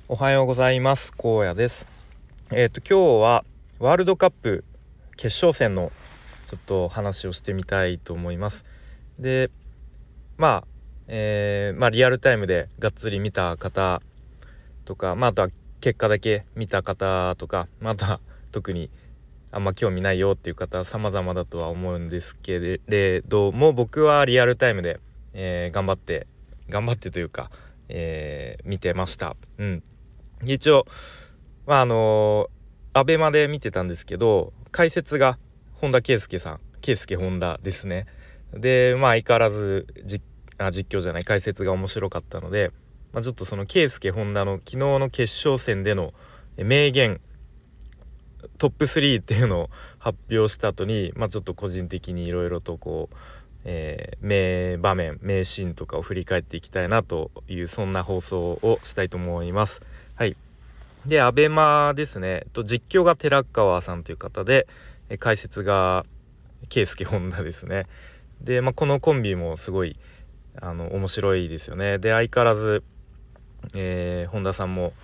おはようございます。荒野です。今日はワールドカップ決勝戦のちょっと話をしてみたいと思います。で、リアルタイムでがっつり見た方とか、あとは結果だけ見た方とか、あとは特にあんま興味ないよっていう方様々だとは思うんですけれども、僕はリアルタイムで、頑張ってというか、見てました。一応アベマで見てたんですけど、解説が本田圭佑さん、圭佑本田ですね。で、相変わらず実況じゃない解説が面白かったので、ちょっとその圭佑本田の昨日の決勝戦での名言トップ3っていうのを発表した後に、ちょっと個人的にいろいろと名場面名シーンとかを振り返っていきたいなという、そんな放送をしたいと思います。はい。で、アベマですね。実況が寺川さんという方で、解説が圭佑本田ですね。で、このコンビもすごい面白いですよね。で、相変わらず、本田さんも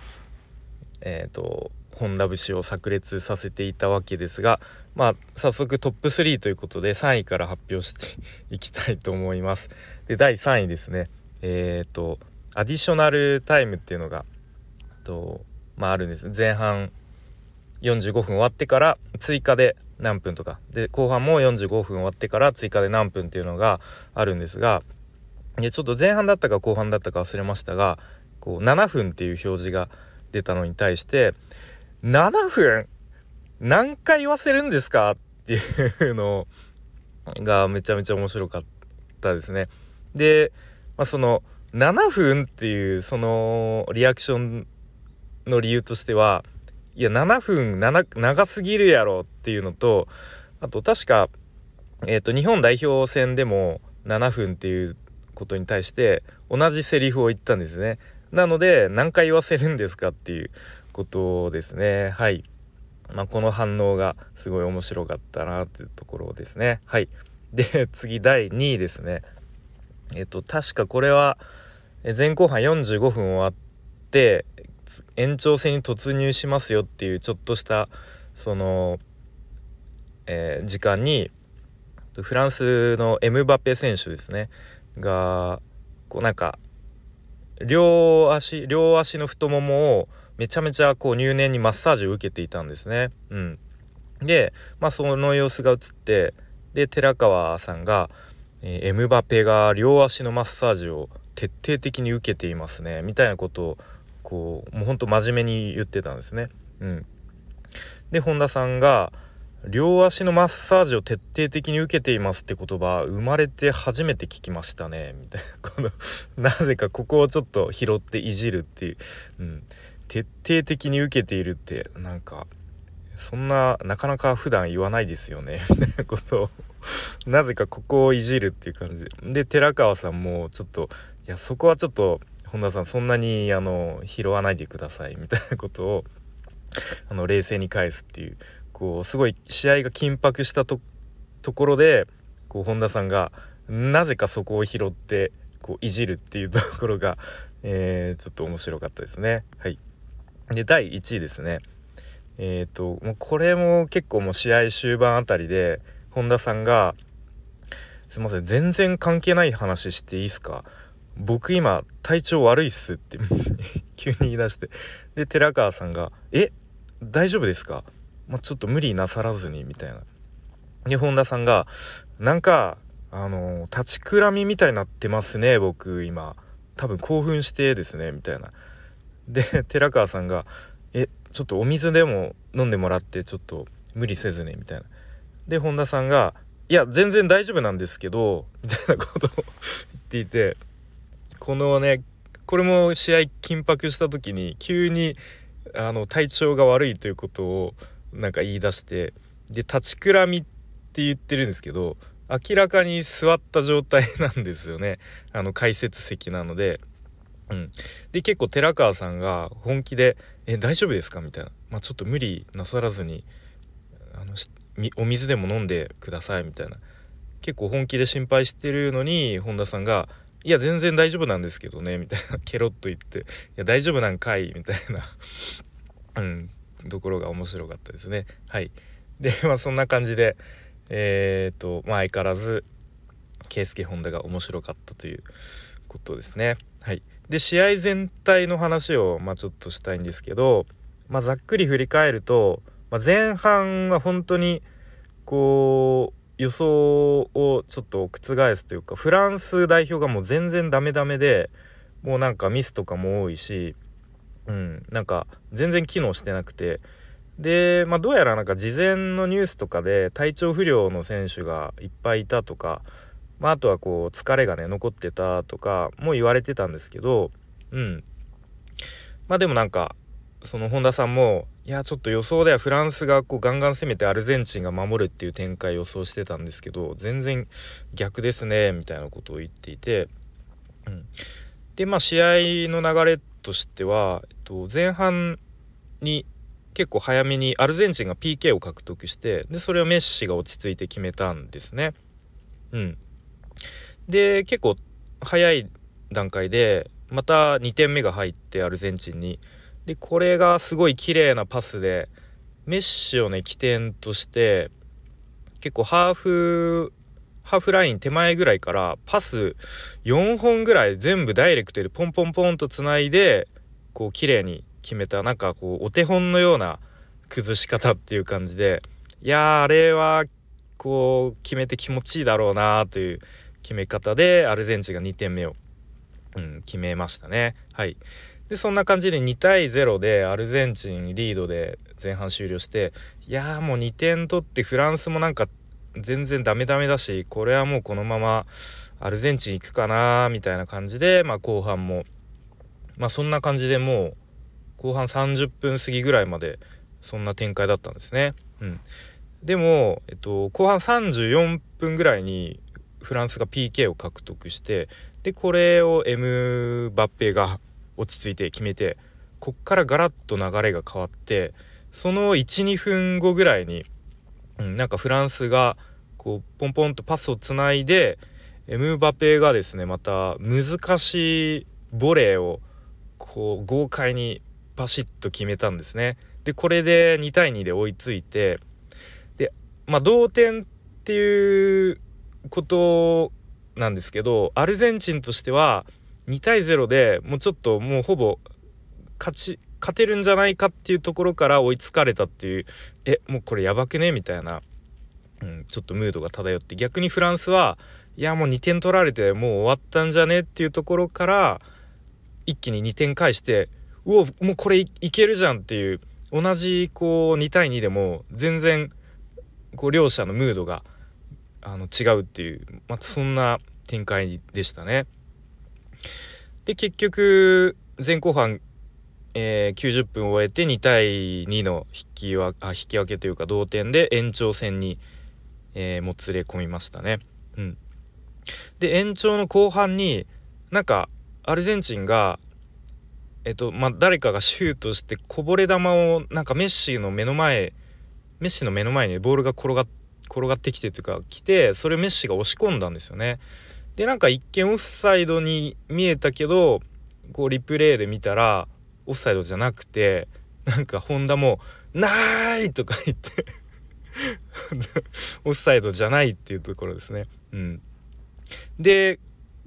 本田節を炸裂させていたわけですが、早速トップ3ということで3位から発表していきたいと思います。で、第3位ですね。アディショナルタイムっていうのがあるんです。前半45分終わってから追加で何分とかで、後半も45分終わってから追加で何分っていうのがあるんですが、ちょっと前半だったか後半だったか忘れましたが、7分っていう表示が出たのに対して、7分何回言わせるんですかっていうのがめちゃめちゃ面白かったですね。で、その7分っていうそのリアクションの理由としては、いや7分長すぎるやろっていうのと、あと確か日本代表戦でも7分っていうことに対して同じセリフを言ったんですね。なので何回言わせるんですかっていうことですね。はい。この反応がすごい面白かったなというところですね。はい。で、次第2位ですね。確かこれは前後半45分終わって延長戦に突入しますよっていうちょっとしたその、時間にフランスのエムバペ選手ですねが両足の太ももをめちゃめちゃ入念にマッサージを受けていたんですね。で、その様子が映って、で寺川さんが、エムバペが両足のマッサージを徹底的に受けていますねみたいなことをもうほんと真面目に言ってたんですね。で本田さんが両足のマッサージを徹底的に受けていますって言葉生まれて初めて聞きましたねみたいななぜかここをちょっと拾っていじるっていう、徹底的に受けているってそんなかなか普段言わないですよねみたいなことをなぜかここをいじるっていう感じで、寺川さんもちょっといやそこはちょっと本田さんそんなに拾わないでくださいみたいなことを冷静に返すっていう、すごい試合が緊迫したところで本田さんがなぜかそこを拾っていじるっていうところが、ちょっと面白かったですね。はい。で第1位ですね。もうこれも結構もう試合終盤あたりで本田さんがすいません全然関係ない話していいですか、僕今体調悪いっすって急に言い出して、で寺川さんが大丈夫ですか、ちょっと無理なさらずにみたいな。で本田さんが立ちくらみみたいになってますね僕今多分興奮してですねみたいな。で寺川さんがちょっとお水でも飲んでもらってちょっと無理せずねみたいな。で本田さんがいや全然大丈夫なんですけどみたいなことを言っていて、これも試合緊迫した時に急に体調が悪いということを言い出して、で立ちくらみって言ってるんですけど明らかに座った状態なんですよね。解説席なので。で結構寺川さんが本気で大丈夫ですかみたいな、ちょっと無理なさらずにお水でも飲んでくださいみたいな、結構本気で心配してるのに本田さんがいや全然大丈夫なんですけどねみたいなケロッと言って、いや大丈夫なんかいみたいなところが面白かったですね。はい。でそんな感じで相変わらず圭佑本田が面白かったということですね。はい。で試合全体の話をちょっとしたいんですけど、ざっくり振り返ると、前半は本当にこう予想をちょっと覆すというか、フランス代表がもう全然ダメダメで、もうなんかミスとかも多いし、なんか全然機能してなくて、でどうやらなんか事前のニュースとかで体調不良の選手がいっぱいいたとか、あとはこう疲れがね残ってたとかも言われてたんですけど、でもなんかその本田さんも、いやちょっと予想ではフランスがこうガンガン攻めてアルゼンチンが守るっていう展開予想してたんですけど、全然逆ですねみたいなことを言っていて、で試合の流れとしては、前半に結構早めにアルゼンチンが PK を獲得して、でそれをメッシが落ち着いて決めたんですね。で結構早い段階でまた2点目が入ってアルゼンチンに、でこれがすごい綺麗なパスでメッシをね起点として結構ハーフライン手前ぐらいからパス4本ぐらい全部ダイレクトでポンポンポンとつないでこう綺麗に決めた、なんかこうお手本のような崩し方っていう感じで、いやあれはこう決めて気持ちいいだろうなという決め方でアルゼンチンが2点目を、決めましたね。はい。でそんな感じで2対0でアルゼンチンリードで前半終了して、いやもう2点取ってフランスもなんか全然ダメダメだし、これはもうこのままアルゼンチン行くかなみたいな感じで、後半もそんな感じでもう後半30分過ぎぐらいまでそんな展開だったんですね。でも、後半34分ぐらいにフランスが PK を獲得して、でこれをエムバペが落ち着いて決めて、こっからガラッと流れが変わって、その 1,2 分後ぐらいに、なんかフランスがこうポンポンとパスをつないで、エムバペがですねまた難しいボレーをこう豪快にパシッと決めたんですね。でこれで2対2で追いついて、で同点っていうことなんですけど、アルゼンチンとしては2対0でもうちょっともうほぼ勝てるんじゃないかっていうところから追いつかれたっていう、もうこれやばくねみたいな、ちょっとムードが漂って、逆にフランスはいやもう2点取られてもう終わったんじゃねっていうところから一気に2点返して、もうこれ いけるじゃんっていう、同じこう2対2でも全然こう両者のムードが違うっていう、またそんな展開でしたね。で結局前後半、90分を終えて2対2の引き分けというか同点で延長戦に、もつれ込みましたね。で延長の後半になんかアルゼンチンが誰かがシュートしてこぼれ球をなんかメッシの目の前にボールが転がってきてというか来て、それをメッシが押し込んだんですよね。でなんか一見オフサイドに見えたけど、こうリプレイで見たらオフサイドじゃなくて、なんかホンダもないとか言ってオフサイドじゃないっていうところですね。で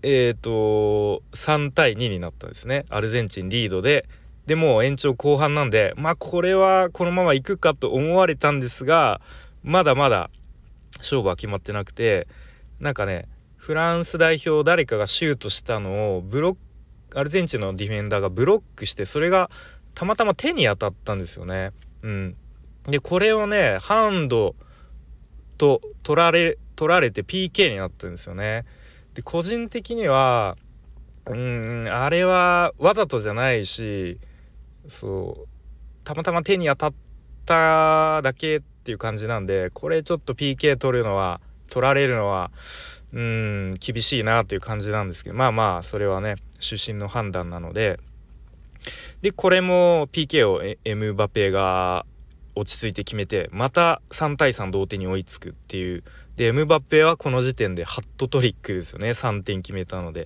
3対2になったんですね。アルゼンチンリードで、でも延長後半なんで、これはこのまま行くかと思われたんですが、まだまだ勝負は決まってなくて、なんかねフランス代表誰かがシュートしたのをアルゼンチンのディフェンダーがブロックして、それがたまたま手に当たったんですよね。でこれをねハンドと取られて PK になったんですよね。で個人的にはあれはわざとじゃないし、たまたま手に当たっただけっていう感じなんで、これちょっと PK 取られるのは厳しいなという感じなんですけど、それはね主審の判断なので、これも PK をエムバペが落ち着いて決めて、また3対3同点に追いつくっていう。でエムバペはこの時点でハットトリックですよね、3点決めたので。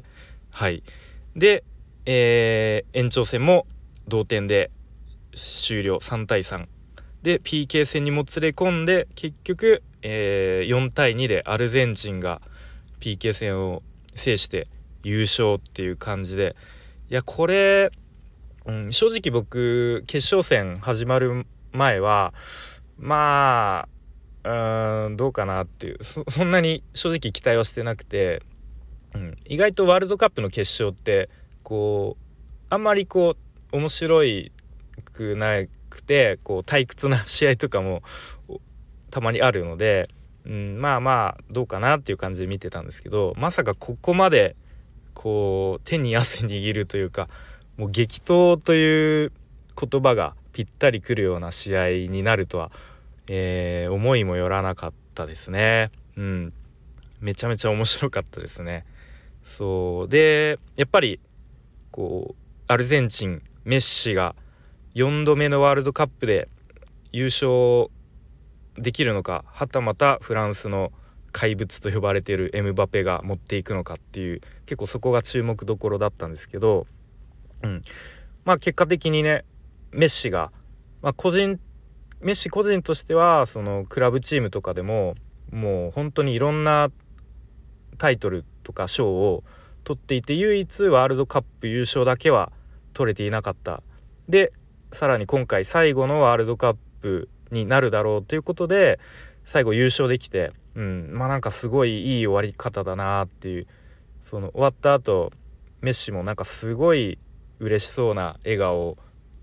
はい。で、延長戦も同点で終了、3対3で PK 戦にもつれ込んで、結局、4対2でアルゼンチンが PK 戦を制して優勝っていう感じで、いやこれ、正直僕決勝戦始まる前はまあどうかなっていう、そんなに正直期待はしてなくて、意外とワールドカップの決勝ってこうあんまりこう面白くなくて、こう退屈な試合とかもたまにあるので、まあまあどうかなっていう感じで見てたんですけど、まさかここまでこう手に汗握るというか、もう激闘という言葉がぴったりくるような試合になるとは、思いもよらなかったですね。めちゃめちゃ面白かったですね。そうでやっぱりこうアルゼンチンメッシが4度目のワールドカップで優勝できるのか、はたまたフランスの怪物と呼ばれているエムバペが持っていくのかっていう、結構そこが注目どころだったんですけど、まあ結果的にねメッシが、メッシ個人としてはそのクラブチームとかでももう本当にいろんなタイトルとか賞を取っていて、唯一ワールドカップ優勝だけは取れていなかった。でさらに今回最後のワールドカップになるだろうということで最後優勝できて、まあなんかすごいいい終わり方だなっていう、その終わった後メッシもなんかすごい嬉しそうな笑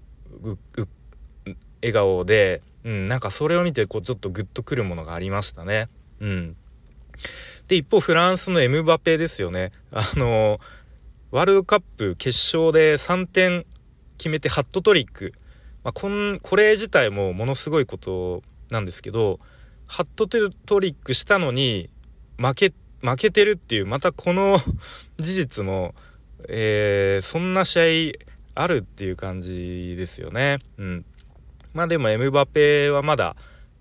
顔で、なんかそれを見てこうちょっとグッとくるものがありましたね。で一方フランスのエムバペですよね。ワールドカップ決勝で3点決めてハットトリック、これ自体もものすごいことなんですけど、ハットトリックしたのに負けてるっていう、またこの事実も、そんな試合あるっていう感じですよね。でもエムバペはまだ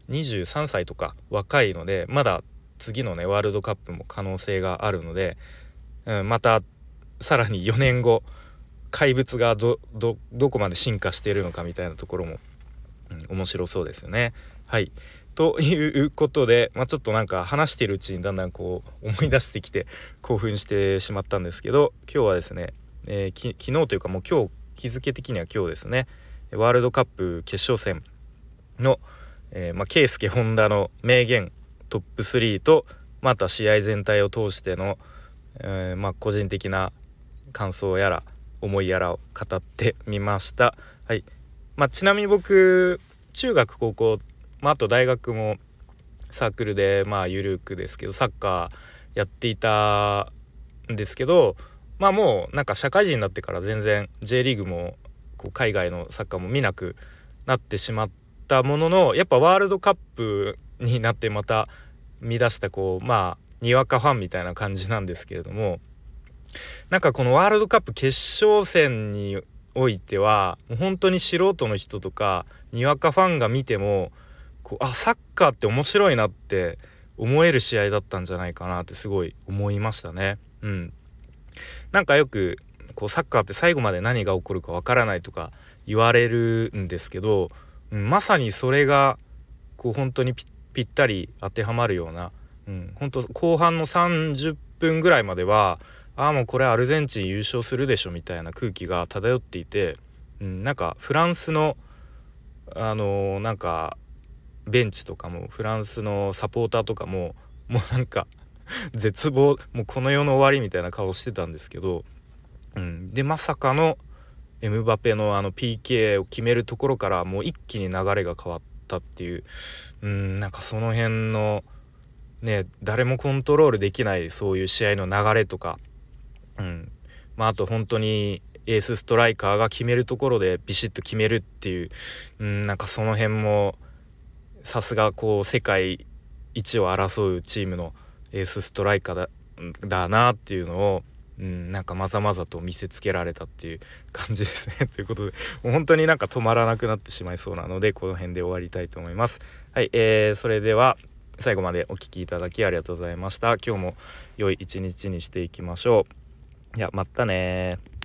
23歳とか若いので、まだ次のねワールドカップも可能性があるので、またさらに4年後怪物がどこまで進化しているのかみたいなところも、面白そうですよね。はいということで、ちょっとなんか話しているうちにだんだんこう思い出してきて興奮してしまったんですけど、今日はですね、昨日というかもう今日日付的には今日ですね、ワールドカップ決勝戦の、圭佑本田の名言トップ3と、また試合全体を通しての、個人的な感想やら思いやらを語ってみました。はい。ちなみに僕中学高校、あと大学もサークルでゆるくですけどサッカーやっていたんですけど、もうなんか社会人になってから全然 J リーグもこう海外のサッカーも見なくなってしまったものの、やっぱワールドカップになってまた見出したこうにわかファンみたいな感じなんですけれども、なんかこのワールドカップ決勝戦においてはもう本当に素人の人とかにわかファンが見てもこうサッカーって面白いなって思える試合だったんじゃないかなってすごい思いましたね。なんかよくこうサッカーって最後まで何が起こるかわからないとか言われるんですけど、まさにそれがこう本当にぴったり当てはまるような、本当後半の30分ぐらいまではもうこれアルゼンチン優勝するでしょみたいな空気が漂っていて、なんかフランスのなんかベンチとかもフランスのサポーターとかももうなんか絶望、もうこの世の終わりみたいな顔してたんですけど、でまさかのエムバペのPK を決めるところからもう一気に流れが変わったっていう、なんかその辺のね誰もコントロールできないそういう試合の流れとか、あと本当にエースストライカーが決めるところでビシッと決めるっていう、なんかその辺もさすがこう世界一を争うチームのエースストライカーだなっていうのを、なんかまざまざと見せつけられたっていう感じですねということでもう本当になんか止まらなくなってしまいそうなのでこの辺で終わりたいと思います。はい、それでは最後までお聞きいただきありがとうございました。今日も良い一日にしていきましょう。 いやまたね